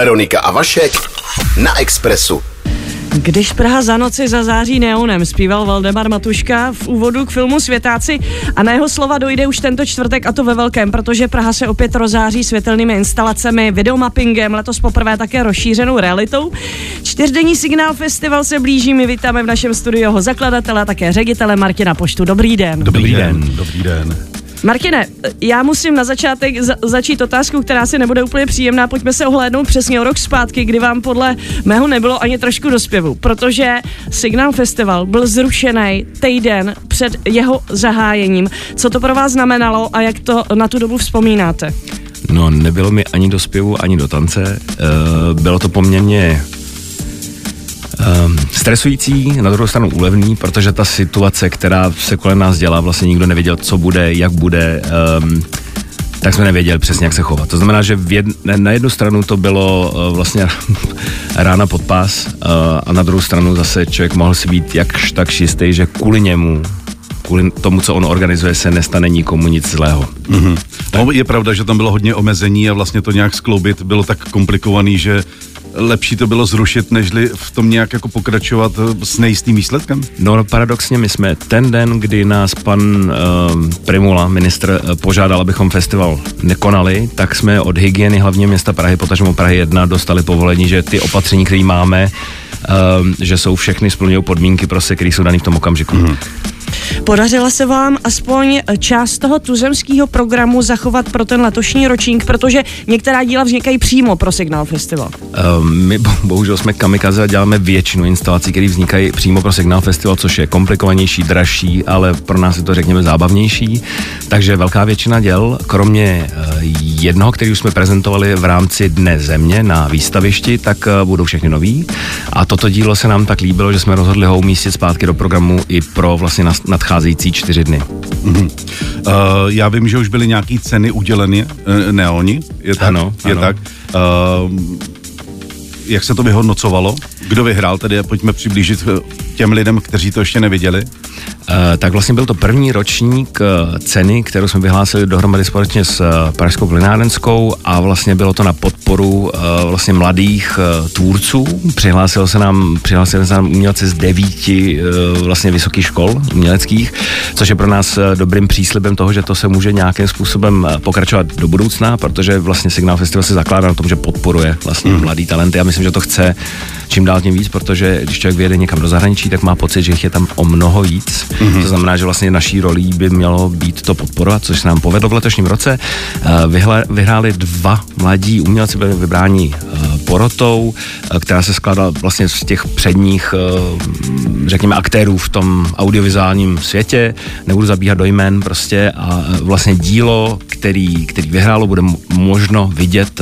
Veronika a Vašek na Expressu. Když Praha za noci zazáří neonem, zpíval Valdemar Matuška v úvodu k filmu Světáci a na jeho slova dojde už tento čtvrtek, a to ve velkém, protože Praha se opět rozáří světelnými instalacemi, videomappingem, letos poprvé také rozšířenou realitou. 4denní Signál Festival se blíží, my vítáme v našem studiu jeho zakladatele a také ředitele Martina Poštu. Dobrý den. Dobrý den. Martine, já musím na začátek začít otázkou, která si nebude úplně příjemná. Pojďme se ohlédnout přesně o rok zpátky, kdy vám podle mého nebylo ani trošku do zpěvu, protože Signál Festival byl zrušený týden před jeho zahájením. Co to pro vás znamenalo a jak to na tu dobu vzpomínáte? No, nebylo mi ani do zpěvu, ani do tance. Bylo to poměrně stresující, na druhou stranu úlevný, protože ta situace, která se kolem nás dělá, vlastně nikdo nevěděl, co bude, jak bude, tak jsme nevěděli přesně, jak se chovat. To znamená, že na jednu stranu to bylo vlastně rána pod pás a na druhou stranu zase člověk mohl si být jakž tak jistý, že kvůli tomu, co on organizuje, se nestane nikomu nic zlého. Mm-hmm. No, je pravda, že tam bylo hodně omezení a vlastně to nějak skloubit bylo tak komplikovaný, že lepší to bylo zrušit, nežli v tom nějak jako pokračovat s nejistým výsledkem? No, paradoxně my jsme ten den, kdy nás pan Prymula, ministr, požádal, abychom festival nekonali, tak jsme od hygieny hlavně města Prahy, potažmo Prahy 1, dostali povolení, že ty opatření, které máme, že jsou všechny splňují podmínky, prostě, které jsou dané v tom okamžiku. Mm-hmm. Podařila se vám aspoň část toho tuzemského programu zachovat pro ten letošní ročník, protože některá díla vznikají přímo pro Signál Festival? My bohužel jsme kamikaze a děláme většinu instalací, které vznikají přímo pro Signál Festival, což je komplikovanější, dražší, ale pro nás je to, řekněme, zábavnější. Takže velká většina děl, kromě jednoho, který už jsme prezentovali v rámci Dne země na výstavišti, tak budou všechny nový. A toto dílo se nám tak líbilo, že jsme rozhodli ho umístit zpátky do programu i pro vlastně nadcházející 4 dny. Mm-hmm. Já vím, že už byly nějaký ceny uděleny Neoni, je tak? Ano. Tak. Jak se to vyhodnocovalo? Kdo vyhrál tedy? Pojďme přiblížit těm lidem, kteří to ještě neviděli. Tak vlastně byl to první ročník ceny, kterou jsme vyhlásili dohromady společně s Pražskou plinárenskou a vlastně bylo to na podporu vlastně mladých tvůrců. Přihlásili se nám umělci z 9 vlastně vysokých škol uměleckých, což je pro nás dobrým příslibem toho, že to se může nějakým způsobem pokračovat do budoucna, protože vlastně Signál Festival se zakládá na tom, že podporuje vlastně mladý talenty. Já myslím, že to chce čím dál tím víc, protože když člověk vyjede někam do zahraničí, tak má pocit, že jich je tam o mnoho víc. To znamená, že vlastně naší rolí by mělo být to podporovat, což se nám povedlo v letošním roce. Vyhráli 2 mladí umělci, byli vybráni porotou, která se skládala vlastně z těch předních, řekněme, aktérů v tom audiovizuálním světě. Nebudu zabíhat do jmen prostě a vlastně dílo, který vyhrálo, bude možno vidět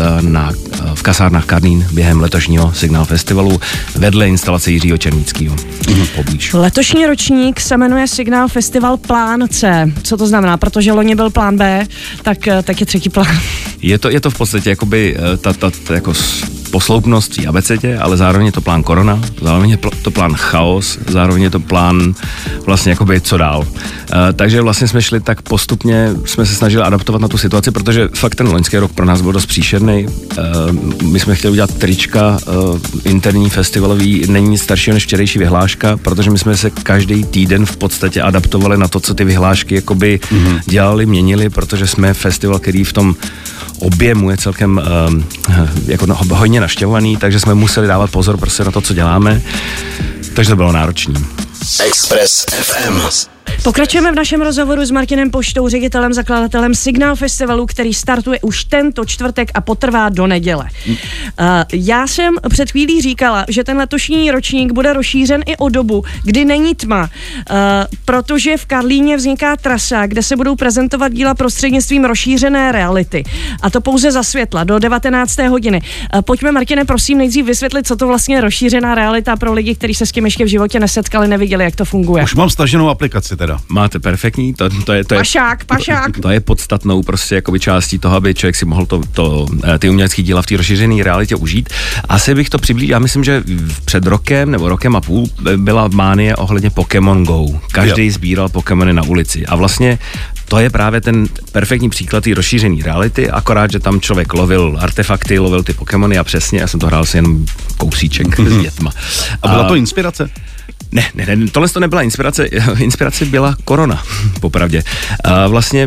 v kasárnách Karlín během letošního Signál Festivalu vedle instalace Jiřího Černického. Poblíž. Letošní ročník se jmenuje Signál Festival Plán C. Co to znamená? Protože loni byl plán B, tak je třetí plán. Je to v podstatě jakoby ta jako posloupnost v abecedě, ale zároveň je to plán korona, zároveň je to plán chaos, zároveň je to plán vlastně jakoby co dál. Takže vlastně jsme šli tak postupně, jsme se snažili adaptovat na tu situaci, protože fakt ten loňský rok pro nás byl dost příšerný. My jsme chtěli udělat trička interní festivalový, není nic staršího než včerejší vyhláška, protože my jsme se každý týden v podstatě adaptovali na to, co ty vyhlášky jakoby dělali, měnili, protože jsme festival, který v tom objemu je celkem jako hodně navštěvovaný, takže jsme museli dávat pozor prostě na to, co děláme, takže to bylo náročné. Express FM. Pokračujeme v našem rozhovoru s Martinem Poštou, ředitelem, zakladatelem Signál Festivalu, který startuje už tento čtvrtek a potrvá do neděle. Já jsem před chvílí říkala, že ten letošní ročník bude rozšířen i o dobu, kdy není tma, protože v Karlíně vzniká trasa, kde se budou prezentovat díla prostřednictvím rozšířené reality. A to pouze za světla, do 19. hodiny. Pojďme, Martine, prosím nejdřív vysvětlit, co to vlastně je rozšířená realita pro lidi, kteří se s tím ještě v životě nesetkali, neviděli, jak to funguje. Už mám staženou aplikaci teda. Máte perfektní, to je Pašák. To je podstatnou prostě jakoby částí toho, aby člověk si mohl ty umělecké díla v té rozšířené realitě užít. Asi bych to přiblížil, já myslím, že před rokem nebo rokem a půl byla mánie ohledně Pokémon Go. Každý sbíral Pokémony na ulici a vlastně to je právě ten perfektní příklad té rozšířené reality, akorát, že tam člověk lovil artefakty, lovil ty Pokémony a přesně, já jsem to hrál si jen kousíček s dětma. A byla to inspirace? Ne, tohle to nebyla inspirace, inspirace byla korona, popravdě. Vlastně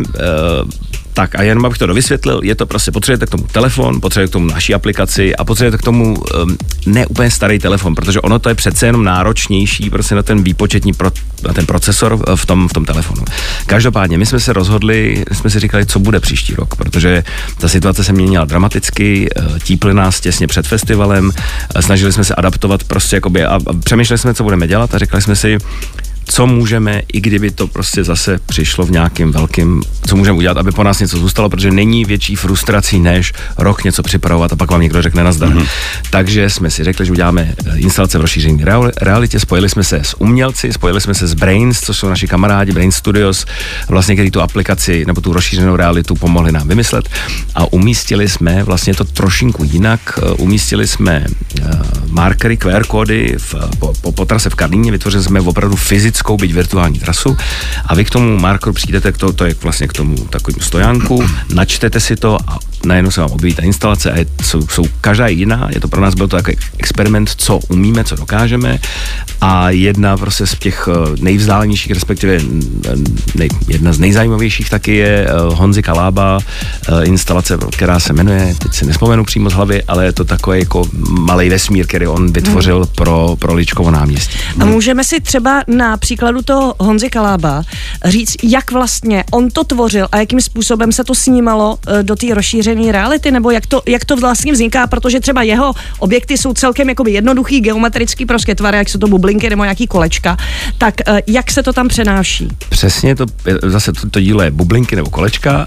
tak a jenom abych to dovysvětlil, je to prostě, potřebujete k tomu telefon, potřebujete k tomu naší aplikaci a potřebujete k tomu ne úplně starý telefon, protože ono to je přece jenom náročnější prostě na ten výpočetní, na ten procesor v tom telefonu. Každopádně my jsme se rozhodli, jsme si říkali, co bude příští rok, protože ta situace se měnila dramaticky, típli nás těsně před festivalem, snažili jsme se adaptovat prostě jakoby a přemýšleli jsme, co budeme dělat a říkali jsme si, co můžeme, i kdyby to prostě zase přišlo v nějakým velkým, co můžeme udělat, aby po nás něco zůstalo, protože není větší frustrací, než rok něco připravovat a pak vám někdo řekne nazdar. Takže jsme si řekli, že uděláme instalace v rozšíření realitě, spojili jsme se s umělci, spojili jsme se s Brains, což jsou naši kamarádi, Brain Studios, vlastně, který tu aplikaci nebo tu rozšířenou realitu pomohli nám vymyslet a umístili jsme vlastně to trošinku jinak, umístili jsme markery, QR kódy po trase v Karlíně, vytvořili jsme opravdu fyzickou, byť virtuální trasu a vy k tomu markeru přijdete, to je vlastně k tomu takovým stojánku, načtete si to a najednou se vám objeví ta instalace a jsou každá jiná, je to pro nás byl to takový experiment, co umíme, co dokážeme a jedna prostě z těch nejvzdálenějších, respektive jedna z nejzajímavějších taky je Honzy Kalába instalace, která se jmenuje, teď si nespomenu přímo z hlavy, ale je to takový jako malej vesmír, který on vytvořil pro Ličkovo náměstí. A můžeme si třeba na příkladu toho Honzy Kalába říct, jak vlastně on to tvořil a jakým způsobem se to snímalo do té rozšířené reality, nebo jak to vlastně vzniká, protože třeba jeho objekty jsou celkem jakoby jednoduchý, geometrický prostě tvary, jak jsou to bublinky nebo nějaký kolečka, tak jak se to tam přenáší? Přesně, zase to dílo je bublinky nebo kolečka.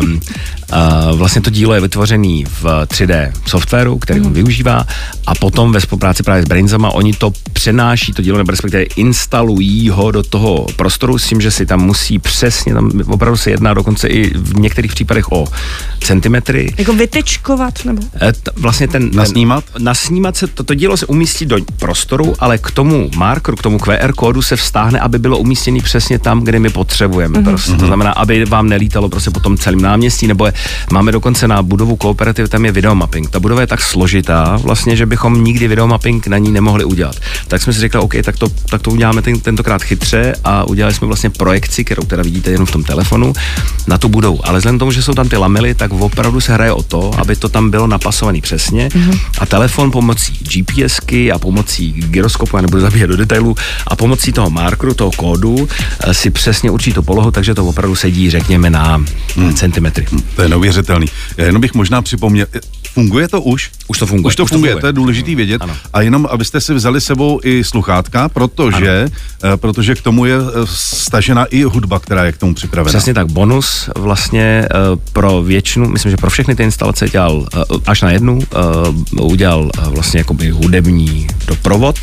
Vlastně to dílo je vytvořený v 3D softwaru, který on využívá a potom ve spolupráci právě s Brainsama oni to přenáší, to dílo, nebo respektive instalují ho do toho prostoru s tím, že si tam musí přesně, tam opravdu se jedná dokonce i v některých případech o centimetry. Jako vytečkovat nebo? Vlastně nasnímat se, to dílo se umístí do prostoru, ale k tomu markeru, k tomu QR kódu se vztáhne, aby bylo umístěný přesně tam, kde my potřebujeme. Prostě. To znamená, aby vám nelítalo prostě po tom celém náměstí, nebo máme dokonce na budovu Kooperativ, tam je videomapping. Ta budova je tak složitá, vlastně, že bychom nikdy videomapping na ní nemohli udělat. Tak jsme si řekli, OK, tak to uděláme tentokrát chytře a udělali jsme vlastně projekci, kterou teda vidíte jenom v tom telefonu, na tu budovu. Ale vzhledem k tomu, že jsou tam ty lamely, tak opravdu se hraje o to, aby to tam bylo napasovaný přesně. A telefon pomocí GPSky a pomocí gyroskopu, já nebudu zabíhat do detailů, a pomocí toho markeru, toho kódu si přesně určí tu polohu, takže to opravdu sedí, řekněme, na centimetry. To je neuvěřitelný. Já jenom bych možná připomněl, funguje to už? Už to funguje. Už to funguje, to je důležitý vědět. Ano. A jenom, abyste si vzali sebou i sluchátka, protože k tomu je stažena i hudba, která je k tomu připravena. Přesně tak, bonus vlastně pro většinu, myslím, že pro všechny ty instalace dělal až na jednu, udělal vlastně jakoby hudební doprovod.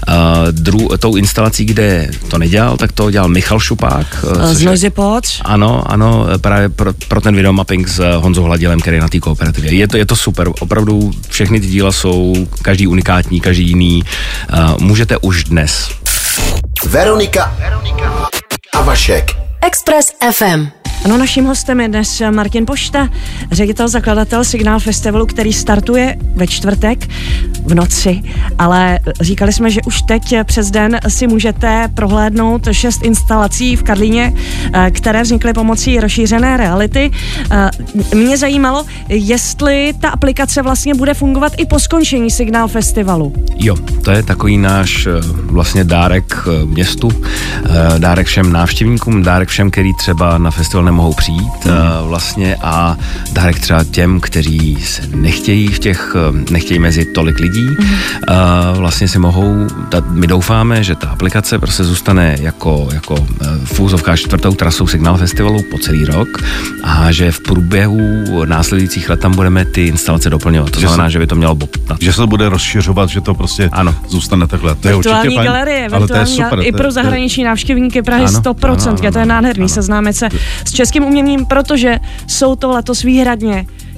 Tou instalací, kde to nedělal, tak to dělal Michal Šupák. Z Noisy Pods. Ano, právě pro ten videomapping s Honzou Hladilem, který je na té kooperativě. Je to super, opravdu všechny ty díla jsou každý unikátní, každý jiný. Můžete už dnes. Veronika a Vašek. Express FM. Ano, naším hostem je dnes Martin Pošta, ředitel, zakladatel Signál Festivalu, který startuje ve čtvrtek v noci, ale říkali jsme, že už teď přes den si můžete prohlédnout 6 instalací v Karlíně, které vznikly pomocí rozšířené reality. Mě zajímalo, jestli ta aplikace vlastně bude fungovat i po skončení Signál Festivalu. Jo, to je takový náš vlastně dárek městu, dárek všem návštěvníkům, dárek všem, který třeba na festival nemohou přijít vlastně a dárek třeba těm, kteří se nechtějí mezi tolik lidí, vlastně si mohou, my doufáme, že ta aplikace prostě zůstane jako v úzovkách 4. trasou Signál Festivalu po celý rok a že v průběhu následujících let tam budeme ty instalace doplňovat. To znamená, že by to mělo bobtnat. Že se bude rozšiřovat, že to prostě zůstane takhle. To je virtuální galerie, i pro zahraniční návštěvníky Prahy 100%, to je nádherný seznámit se s českým uměním, protože jsou to letos výhradně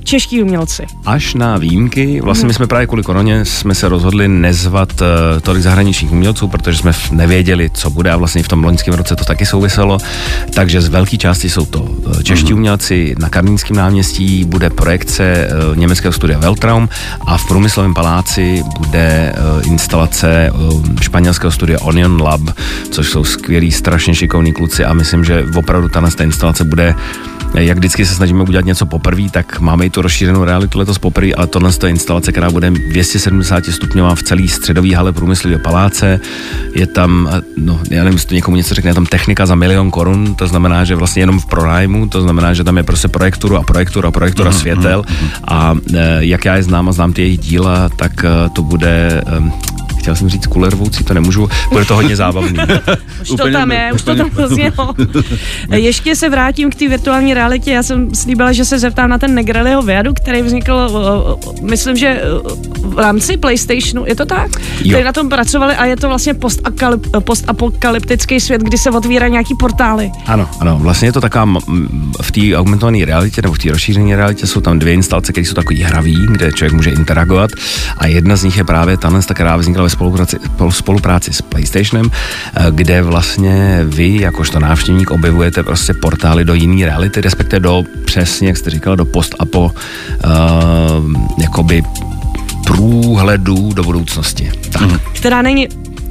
čeští umělci. Až na výjimky. Vlastně my jsme právě kvůli koroně jsme se rozhodli nezvat tolik zahraničních umělců, protože jsme nevěděli, co bude, a vlastně v tom loňském roce to taky souviselo. Takže z velké části jsou to čeští umělci. Na Karlínském náměstí bude projekce německého studia Weltraum a v Průmyslovém paláci bude instalace španělského studia Onion Lab, což jsou skvělí, strašně šikovní kluci, a myslím, že opravdu ta instalace bude, jak vždycky se snažíme udělat něco poprvé, tak máme i tu rozšířenou realitu letos poprvé, ale tohle je instalace, která bude 270 stupňová v celý středový hale Průmyslového paláce. Je tam, já nevím, jestli to někomu něco řekne, je tam technika za 1 000 000 korun, to znamená, že vlastně jenom v pronájmu, to znamená, že tam je prostě projektura světel, a jak já je znám a znám ty jejich díla, tak to bude... Chtěl jsem říct kulervoucí, to nemůžu, bude to hodně zábavný. Už to tam je, už to tam znělo. Ještě se vrátím k té virtuální realitě. Já jsem slíbila, že se zeptám na ten Negrelliho viadukt, který vznikl, myslím, že v rámci PlayStationu, je to tak? Který na tom pracovali, a je to vlastně postapokalyptický svět, kdy se otvírají nějaký portály. Ano, vlastně je to taková, v té augmentované realitě nebo v té rozšířené realitě jsou tam 2 instalace, které jsou takový hravý, kde člověk může interagovat, a jedna z nich je právě ta, která vznikla spolupráci s PlayStationem, kde vlastně vy, jakožto návštěvník, objevujete prostě portály do jiné reality, respektive do, přesně, jak jste říkala, do post-apo jakoby průhledu do budoucnosti. Tak. Která není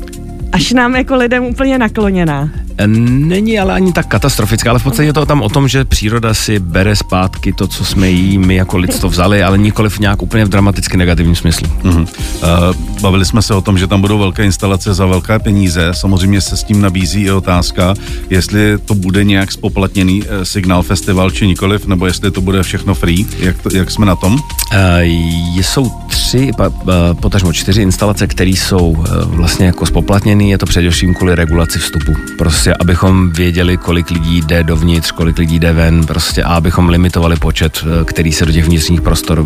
až nám jako lidem úplně nakloněná. Není ale ani tak katastrofická, ale v podstatě je to tam o tom, že příroda si bere zpátky to, co jsme jí my jako lidstvo vzali, ale nikoliv nějak úplně v dramaticky negativním smyslu. Bavili jsme se o tom, že tam budou velké instalace za velké peníze. Samozřejmě se s tím nabízí i otázka, jestli to bude nějak spoplatněný Signál Festival či nikoliv, nebo jestli to bude všechno free. Jak jsme na tom? Jsou 3, potažmo 4 instalace, které jsou vlastně jako spoplatněný. Je to především kvůli regulaci vstupu. Prostě abychom věděli, kolik lidí jde dovnitř, kolik lidí jde ven, prostě, a abychom limitovali počet, který se do těch vnitřních prostor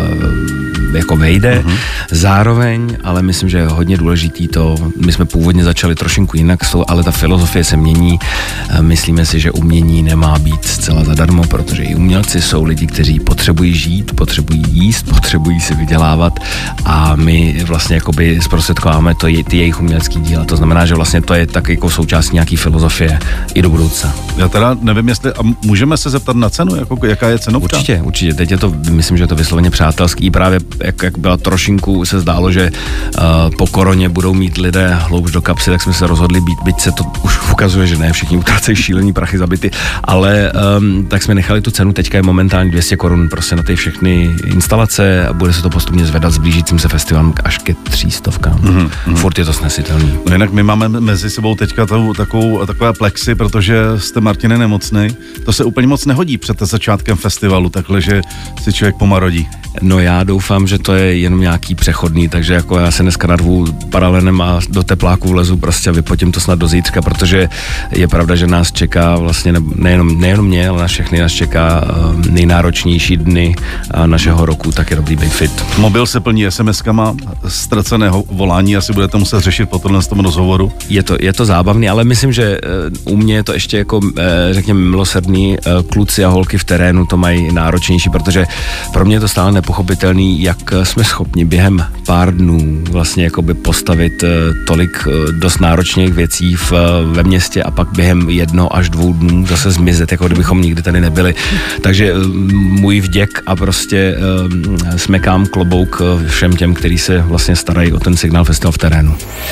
jako vejde. Zároveň, ale myslím, že je hodně důležitý to, my jsme původně začali trošinku jinak, ale ta filozofie se mění. Myslíme si, že umění nemá být zcela zadarmo, protože i umělci jsou lidi, kteří potřebují žít, potřebují jíst, potřebují si vydělávat, a my vlastně jakoby zprostředkováme ty jejich umělecký díla. To znamená, že vlastně to je tak jako součást nějaký filozofie i do budoucna. Já teda nevím, jestli, a můžeme se zeptat na cenu, jaká je cenovka? Určitě. Teď je to, myslím, že je to vysloveně přátelský. Právě jak byla trošinku, se zdálo, že po koroně budou mít lidé hloubš do kapsy, tak jsme se rozhodli byť se to už ukazuje, že ne, všichni utrácejí šílený prachy za byty, ale tak jsme nechali tu cenu, teďka je momentálně 200 korun prostě na ty všechny instalace, a bude se to postupně zvedat s blížícím se festivalem až ke 300. Furt je to snesitelný. No jinak my máme mezi sebou teďka takové plexy, protože jste, Martine, nemocnej. To se úplně moc nehodí před začátkem festivalu, takhle, že si člověk pomarodí. No já doufám, že to je jenom nějaký přechodný, takže jako já se dneska narvu paralenem a do tepláku vlezu prostě a vypotím to snad do zítřka, protože je pravda, že nás čeká vlastně, nejenom mě, ale na všechny nás čeká nejnáročnější dny našeho roku, tak je dobrý být fit. Mobil se plní SMS-kama, ztraceného volání asi budete muset řešit po tomhle tom rozhovoru. Je to zábavný, ale myslím, že u mě je to ještě jako, řekněme, milosrdný. Kluci a holky v terénu to mají náročnější, protože pro mě je to stále nepochopitelný, jak jsme schopni během pár dnů vlastně jakoby postavit tolik dost náročných věcí ve městě a pak během 1 až 2 dnů zase zmizet, jako kdybychom nikdy tady nebyli. Takže můj vděk a prostě smekám klobouk všem těm, kteří se vlastně starají o ten Signál Festival v terénu.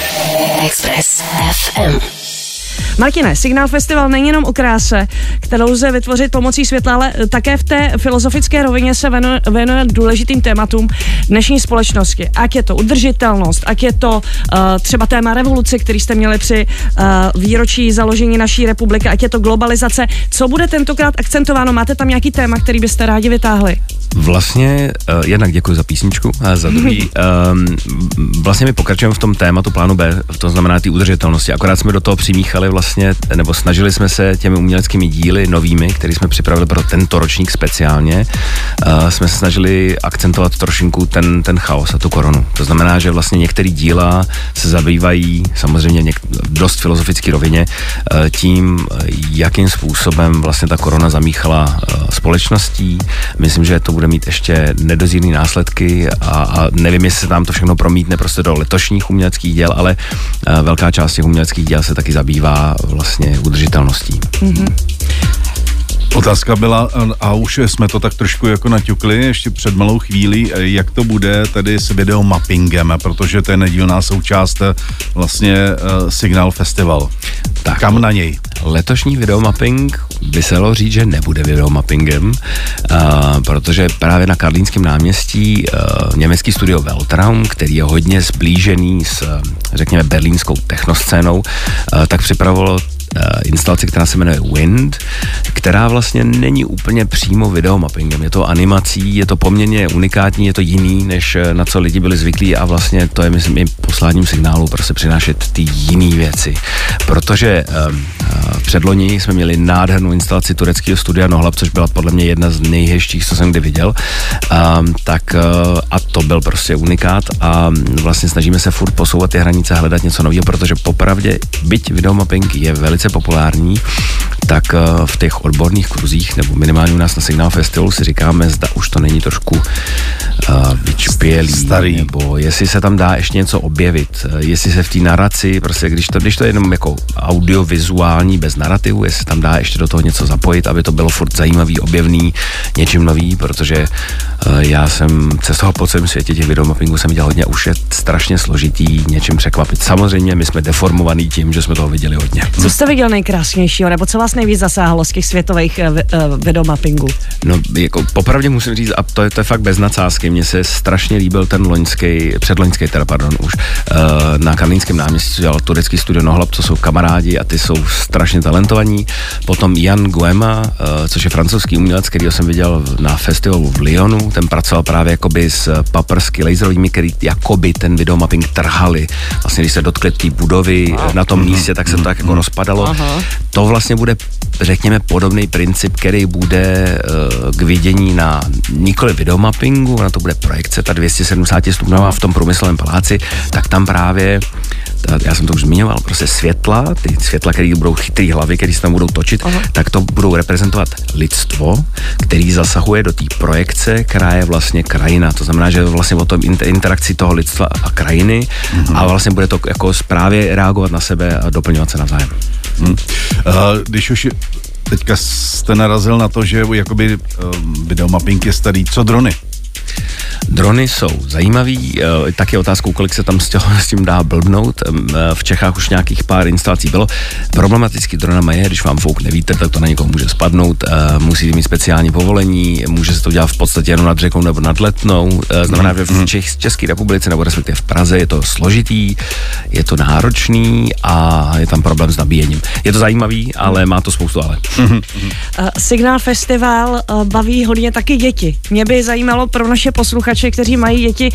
Express FM. Martine, Signál Festival není jenom o kráse, kterou lze vytvořit pomocí světla, ale také v té filozofické rovině se věnuje důležitým tématům dnešní společnosti. Ať je to udržitelnost, ať je to třeba téma revoluce, který jste měli při výročí založení naší republiky, ať je to globalizace. Co bude tentokrát akcentováno? Máte tam nějaký téma, který byste rádi vytáhli? Vlastně, jednak děkuji za písničku a za druhý, vlastně my pokračujeme v tom tématu plánu B, to znamená ty udržitelnosti, akorát jsme do toho přimíchali vlastně, nebo snažili jsme se těmi uměleckými díly novými, které jsme připravili pro tento ročník speciálně, jsme se snažili akcentovat trošinku ten chaos a tu koronu. To znamená, že vlastně některé díla se zabývají samozřejmě dost filozofické rovině tím, jakým způsobem vlastně ta korona zamíchala společností. Myslím, že to bude bude mít ještě nedozírný následky a nevím, jestli se tam to všechno promítne prostě do letošních uměleckých děl, ale velká část těch uměleckých děl se taky zabývá vlastně udržitelností. Otázka byla, a už jsme to tak trošku jako naťukli ještě před malou chvílí, jak to bude tady s videomappingem, protože to je nedílná součást vlastně Signál Festival. Tak, kam na něj? Letošní videomapping by se dalo říct, že nebude videomappingem, protože právě na Karlínském náměstí německý studio Weltraum, který je hodně zblížený s, řekněme, berlínskou technoscénou, tak připravovalo instalaci, která se jmenuje Wind, která vlastně není úplně přímo videomappingem. Je to animací, je to poměrně unikátní, je to jiný, než na co lidi byli zvyklí a vlastně to je, myslím, i posláním signálu prostě přinášet ty jiný věci. Protože v předloni jsme měli nádhernou instalaci tureckého studia Nohlab, což byla podle mě jedna z nejhezčích, co jsem kdy viděl. A to byl prostě unikát a vlastně snažíme se furt posouvat ty hranice, hledat něco nového, protože popravdě, byť videomapping je velice populární, tak v těch odborných kruzích, nebo minimálně u nás na Signál Festivalu si říkáme, zda už to není trošku vyčpělý, starý, nebo jestli se tam dá ještě něco objevit, jestli se v té naraci, prostě když to je jenom jako audiovizuální bez narrativu, jestli tam dá ještě do toho něco zapojit, aby to bylo furt zajímavý, objevný, něčím nový, protože já jsem cestoval po celém světě těch videomappingů, jsem viděl hodně, už je strašně složitý něčím překvapit. Samozřejmě my jsme deformovaní tím, že jsme toho viděli hodně. Co jste viděl nejkrásnějšího, nebo co vás nejvíc zasáhlo z těch světových videomappingů? No, jako popravdě musím říct, a to je fakt bez nadsázky, mně se strašně líbil ten předloňský, na Karlínském náměstí, co dělal turecký studio Nohlab, to jsou kamarádi a ty jsou strašně talentovaní. Potom Jan Guema, což je francouzský umělec, kterýho jsem viděl na festivalu v Lyonu, ten pracoval právě jakoby s paprsky laserovými, který jakoby ten videomapping trhali. Vlastně, když se dotkli té budovy na tom místě, tak se to tak jako rozpadalo. Aha. To vlastně bude, řekněme, podobný princip, který bude k vidění na nikoli videomappingu, na to bude projekce, ta 270 stupňová v tom průmyslovém paláci, tak tam právě já jsem to už zmiňoval, prostě světla, ty světla, které budou chytrý hlavy, které se tam budou točit, tak to budou reprezentovat lidstvo, který zasahuje do té projekce, která je vlastně krajina. To znamená, že vlastně o tom interakci toho lidstva a krajiny a vlastně bude to jako právě reagovat na sebe a doplňovat se navzájem. Když už teďka jste narazil na to, že jakoby videomapping je starý, co drony? Drony jsou zajímavý, tak je otázkou, kolik se tam s tím dá blbnout. V Čechách už nějakých pár instalací bylo. Problematický dronama je, když vám foukne vítr, tak to na někoho může spadnout, musíte mít speciální povolení, může se to dělat v podstatě jenom nad řekou nebo nad Letnou. Znamená, že v České republice nebo respektive v Praze je to složitý, je to náročný a je tam problém s nabíjením. Je to zajímavý, ale má to spoustu ale. Signál Festival baví hodně taky děti. Mě by zajímalo pro naše posluchače, kteří mají děti,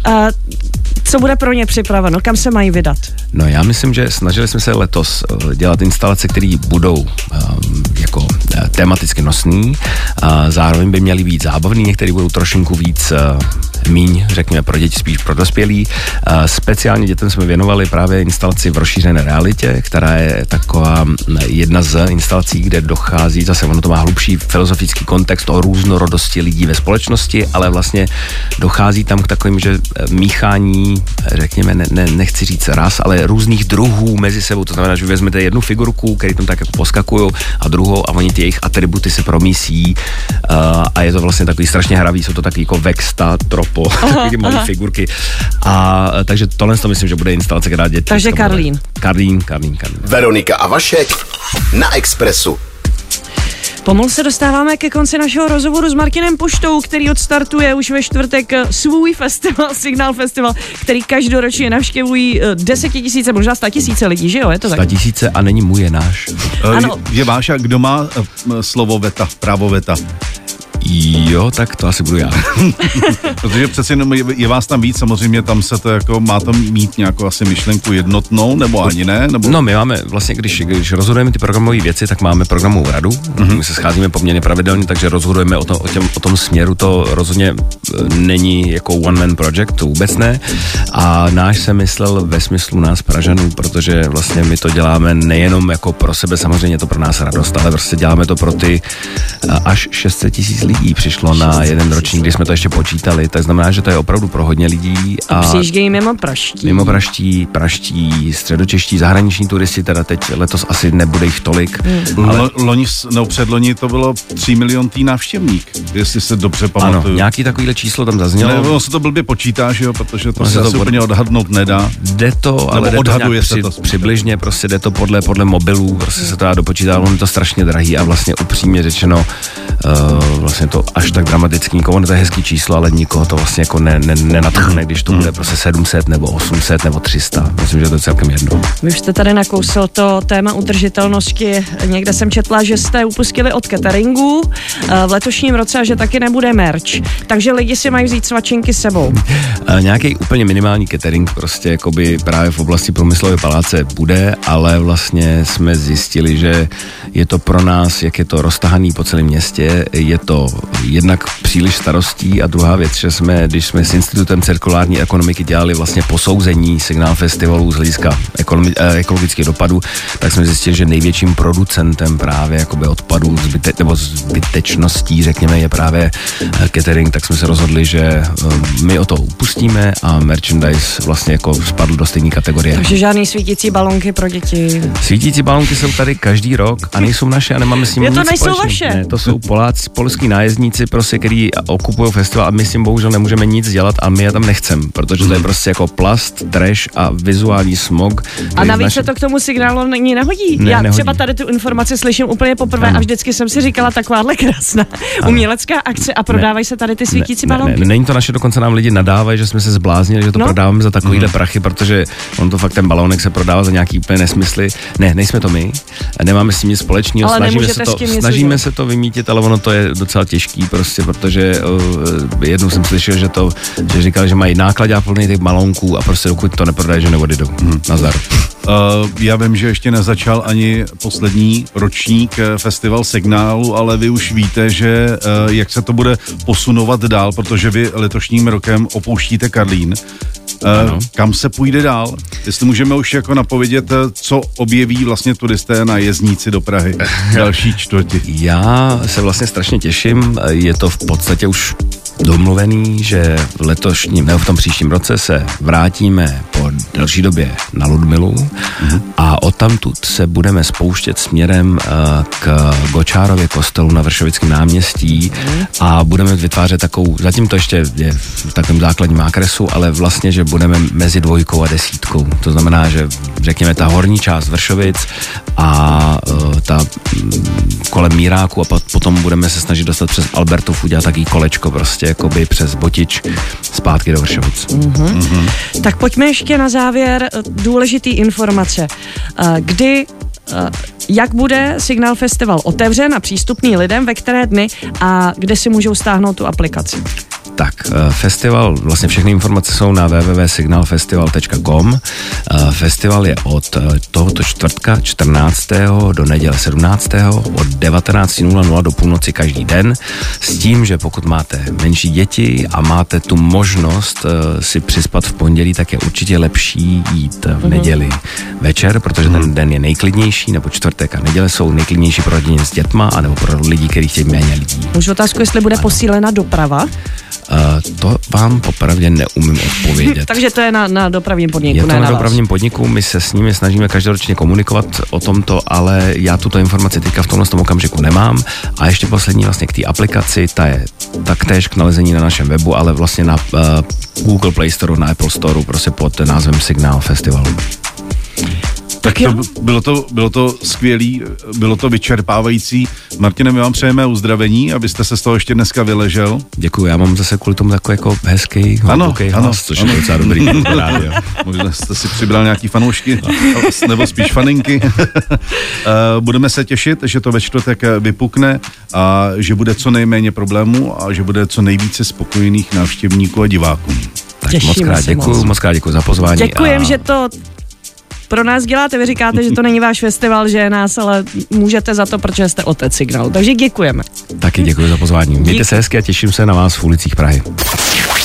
co bude pro ně připraveno, kam se mají vydat? No já myslím, že snažili jsme se letos dělat instalace, které budou jako tematicky nosný, zároveň by měly být zábavný, některé budou trošinku víc míň, řekněme, pro děti, spíš pro dospělí. Speciálně dětem jsme věnovali právě instalaci v rozšířené realitě, která je taková jedna z instalací, kde dochází, zase ono to má hlubší filozofický kontext o různorodosti lidí ve společnosti, ale vlastně dochází tam k takovým, že míchání, řekněme, nechci říct ras, ale různých druhů mezi sebou. To znamená, že vy vezmete jednu figurku, který tam tak jako poskakují, a druhou a oni ty jejich atributy se promísí a je to vlastně takový strašně hravý, jsou to takový jako Vexta, Tropo, takové ty malé figurky. A takže tohle to myslím, že bude instalace, která děti. Takže Karlín. Karlín. Veronika a Vašek na Expressu. Pomalu se dostáváme ke konci našeho rozhovoru s Martinem Poštou, který odstartuje už ve čtvrtek svůj festival, Signál Festival, který každoročně navštěvují 10 000, možná 100 000 lidí, že jo? Je to tak? 100 000 a není můj, je náš. Ano. Je váš, a kdo má slovo veta, právo veta? Jo, tak to asi budu já. Protože přece jenom je vás tam víc, samozřejmě tam se to jako, má tam mít nějakou asi myšlenku jednotnou, nebo ani ne? Nebo... No, my máme vlastně, když rozhodujeme ty programové věci, tak máme programovou radu. My se scházíme poměrně pravidelně, takže rozhodujeme o tom směru. To rozhodně není jako one-man project, to vůbec ne. A náš se myslel ve smyslu nás Pražanů, protože vlastně my to děláme nejenom jako pro sebe, samozřejmě je to pro nás radost, ale prostě děláme to pro ty až 600 000 lidí. lidí přišlo na jeden ročník, kdy jsme to ještě počítali, tak znamená, že to je opravdu pro hodně lidí. A přijíždějí mimo praští, středočeští, zahraniční turisti, teda teď letos asi nebude jich tolik. Ale předloni to bylo 3 milionů návštěvník, jestli se dobře pamatuju. Ano, nějaký takovýhle číslo tam zaznělo. Ne, ono se to blbě počítá, že jo, protože to se asi úplně odhadnout nedá. Jde to, ale jde to přibližně, prostě jde to podle mobilů, prostě se to dá dopočítat, ono je to strašně drahý a vlastně upřímně řečeno, vlastně to až tak dramatický, nikoho to je hezký číslo, ale nikoho to vlastně jako nenadchne, když to bude prostě 700 nebo 800 nebo 300, myslím, že to je celkem jedno. Vy už jste tady nakousl to téma udržitelnosti, někde jsem četla, že jste upustili od cateringu v letošním roce a že taky nebude merch, takže lidi si mají vzít svačinky s sebou. Nějaký úplně minimální catering prostě jakoby právě v oblasti průmyslové paláce bude, ale vlastně jsme zjistili, že je to pro nás, jak je to roztahaný po celém městě, je to jednak příliš starostí a druhá věc, že když jsme s Institutem cirkulární ekonomiky dělali vlastně posouzení Signál festivalů z hlediska ekologických dopadů, tak jsme zjistili, že největším producentem právě jakoby odpadů nebo zbytečností, řekněme, je právě catering, tak jsme se rozhodli, že my o to upustíme a merchandise vlastně jako spadl do stejné kategorie. Takže žádný svítící balonky pro děti. Svítící balonky jsou tady každý rok a nejsou naše a nemáme s nimi nic nejsou společný. vaše. Ne, to jsou polský nájezdníci, prostě, který okupují festival a my s tím bohužel nemůžeme nic dělat a my je tam nechcem, protože to je prostě jako plast, trash a vizuální smog. A navíc se to k tomu signálu nehodí. Já třeba tady tu informaci slyším úplně poprvé a vždycky jsem si říkala takováhle krásná umělecká akce a prodávají se tady ty svítící balonky. Není to naše, dokonce nám lidi nadávají, že jsme se zbláznili, že to prodáváme za takovýhle prachy, protože on to fakt ten balónek se prodává za nějaký úplně nesmysly. Ne, nejsme to my, nemáme s tím nic společného, snažíme se to vymítit, ale ono to je docela těžký prostě, protože jednou jsem slyšel, že říkali, že mají nákladák plný těch balónků a prostě dokud to neprodají, že neodjdou. Nazdar. Já vím, že ještě nezačal ani poslední ročník festival Signálu, ale vy už víte, že jak se to bude posunovat dál, protože vy letošním rokem opouštíte Karlín. Kam se půjde dál? Jestli můžeme už jako napovědět, co objeví vlastně turisté na jezdníci do Prahy další čtvrti. Já se vlastně strašně těším, je to v podstatě už domluvený, že v tom příštím roce se vrátíme po delší době na Ludmilu a odtamtud se budeme spouštět směrem k Gočárově kostelu na Vršovickém náměstí a budeme vytvářet takovou, zatím to ještě je v takovém základním ákresu, ale vlastně, že budeme mezi 2 a 10. To znamená, že řekněme ta horní část Vršovic a ta kolem Míráku a potom budeme se snažit dostat přes Albertov, udělat taky kolečko prostě jakoby přes Botič zpátky do Vršovic. Tak pojďme ještě na závěr důležitý informace. Jak bude Signál Festival otevřen a přístupný lidem, ve které dny a kde si můžou stáhnout tu aplikaci? Tak, festival, vlastně všechny informace jsou na www.signalfestival.com. Festival je od tohoto čtvrtka 14. do neděle 17. od 19:00 do půlnoci každý den, s tím, že pokud máte menší děti a máte tu možnost si přispat v pondělí, tak je určitě lepší jít v neděli večer, protože ten den je nejklidnější, nebo čtvrtek a neděle jsou nejklidnější pro rodiny s dětma, anebo pro lidi, kteří chtějí méně lidí. Můžu otázku, jestli bude posílena doprava? To vám popravdě neumím odpovědět. Takže to je na dopravním podniku, je to na dopravním podniku, my se s nimi snažíme každoročně komunikovat o tomto, ale já tuto informaci teďka v tomhle okamžiku nemám. A ještě poslední vlastně k té aplikaci, ta je taktéž k nalezení na našem webu, ale vlastně na Google Play Store, na Apple Store, prostě pod názvem Signál Festival. Tak bylo to skvělý, bylo to vyčerpávající. Martine, my vám přejeme uzdravení, abyste se z toho ještě dneska vyležel. Děkuji, já mám zase kvůli tomu takový jako hezký, hluboký hlas, což je docela dobrý. Možná jste si přibral nějaký fanoušky, nebo spíš faninky. Budeme se těšit, že to ve čtvrtek vypukne a že bude co nejméně problémů a že bude co nejvíce spokojených návštěvníků a diváků. Tak moc krát děkuji za pozvání. Děkujem, že to pro nás děláte, vy říkáte, že to není váš festival, že je nás, ale můžete za to, protože jste otec Signálu. Takže děkujeme. Taky děkuji za pozvání. Mějte se hezky a těším se na vás v ulicích Prahy.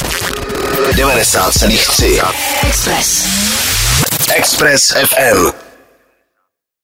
90,3 Express FM.